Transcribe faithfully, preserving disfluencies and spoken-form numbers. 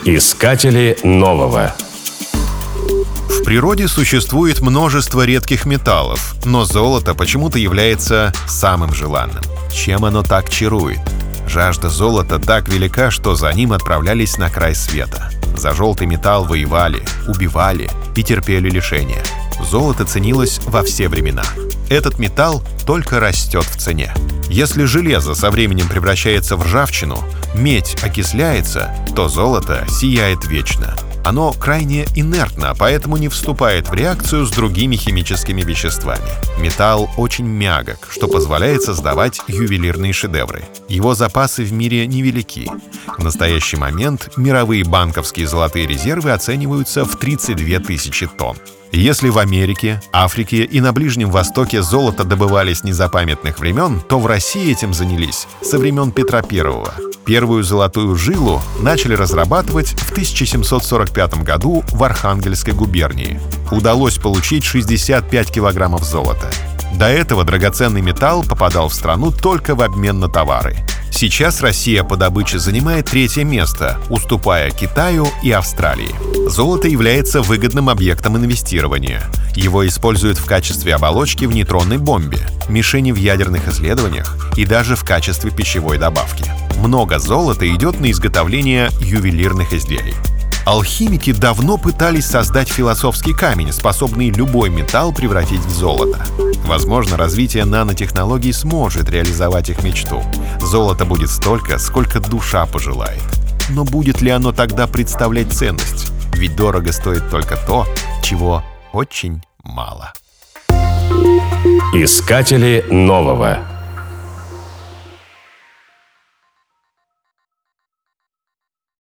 Искатели нового. В природе существует множество редких металлов, но золото почему-то является самым желанным. Чем оно так чарует? Жажда золота так велика, что за ним отправлялись на край света. За желтый металл воевали, убивали и терпели лишения. Золото ценилось во все времена. Этот металл только растет в цене. Если железо со временем превращается в ржавчину, медь окисляется, то золото сияет вечно. Оно крайне инертно, поэтому не вступает в реакцию с другими химическими веществами. Металл очень мягок, что позволяет создавать ювелирные шедевры. Его запасы в мире невелики. В настоящий момент мировые банковские золотые резервы оцениваются в тридцать две тысячи тонн. Если в Америке, Африке и на Ближнем Востоке золото добывали с незапамятных времен, то в России этим занялись со времен Петра Первого. Первую золотую жилу начали разрабатывать в тысяча семьсот сорок пятом году в Архангельской губернии. Удалось получить шестьдесят пять килограммов золота. До этого драгоценный металл попадал в страну только в обмен на товары. Сейчас Россия по добыче занимает третье место, уступая Китаю и Австралии. Золото является выгодным объектом инвестирования. Его используют в качестве оболочки в нейтронной бомбе, мишени в ядерных исследованиях и даже в качестве пищевой добавки. Много золота идет на изготовление ювелирных изделий. Алхимики давно пытались создать философский камень, способный любой металл превратить в золото. Возможно, развитие нанотехнологий сможет реализовать их мечту. Золото будет столько, сколько душа пожелает. Но будет ли оно тогда представлять ценность? Ведь дорого стоит только то, чего очень мало. Искатели нового.